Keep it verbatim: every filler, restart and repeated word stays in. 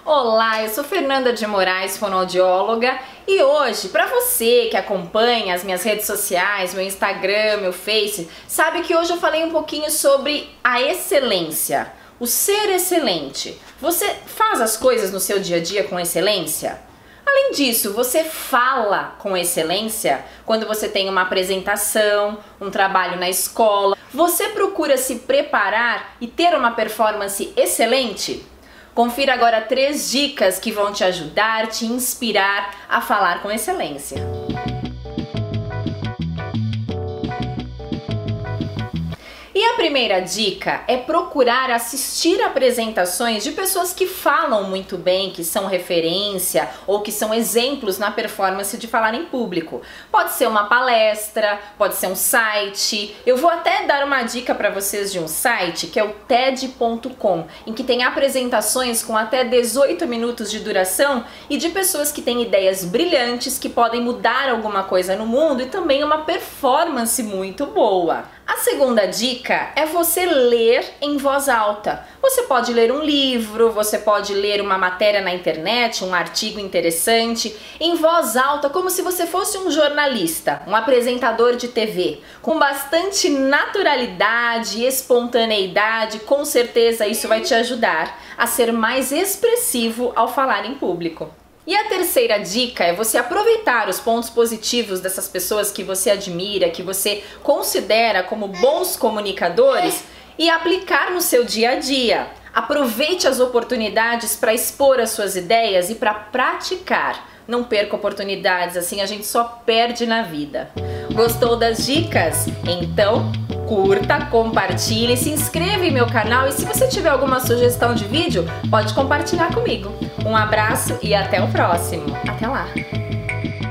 Olá, eu sou Fernanda de Moraes, fonoaudióloga, e hoje, para você que acompanha as minhas redes sociais, meu Instagram, meu Face, sabe que hoje eu falei um pouquinho sobre a excelência, o ser excelente. Você faz as coisas no seu dia a dia com excelência? Além disso, você fala com excelência quando você tem uma apresentação, um trabalho na escola? Você procura se preparar e ter uma performance excelente? Confira agora três dicas que vão te ajudar, te inspirar a falar com excelência. E a primeira dica é procurar assistir apresentações de pessoas que falam muito bem, que são referência ou que são exemplos na performance de falar em público. Pode ser uma palestra, pode ser um site. Eu vou até dar uma dica para vocês de um site que é o T E D ponto com, em que tem apresentações com até dezoito minutos de duração e de pessoas que têm ideias brilhantes que podem mudar alguma coisa no mundo e também uma performance muito boa. A segunda dica é você ler em voz alta. Você pode ler um livro, você pode ler uma matéria na internet, um artigo interessante, em voz alta, como se você fosse um jornalista, um apresentador de T V. Com bastante naturalidade e espontaneidade, com certeza isso vai te ajudar a ser mais expressivo ao falar em público. E a terceira dica é você aproveitar os pontos positivos dessas pessoas que você admira, que você considera como bons comunicadores e aplicar no seu dia a dia. Aproveite as oportunidades para expor as suas ideias e para praticar. Não perca oportunidades, assim a gente só perde na vida. Gostou das dicas? Então curta, compartilhe, se inscreva em meu canal e se você tiver alguma sugestão de vídeo, pode compartilhar comigo. Um abraço e até o próximo. Até lá!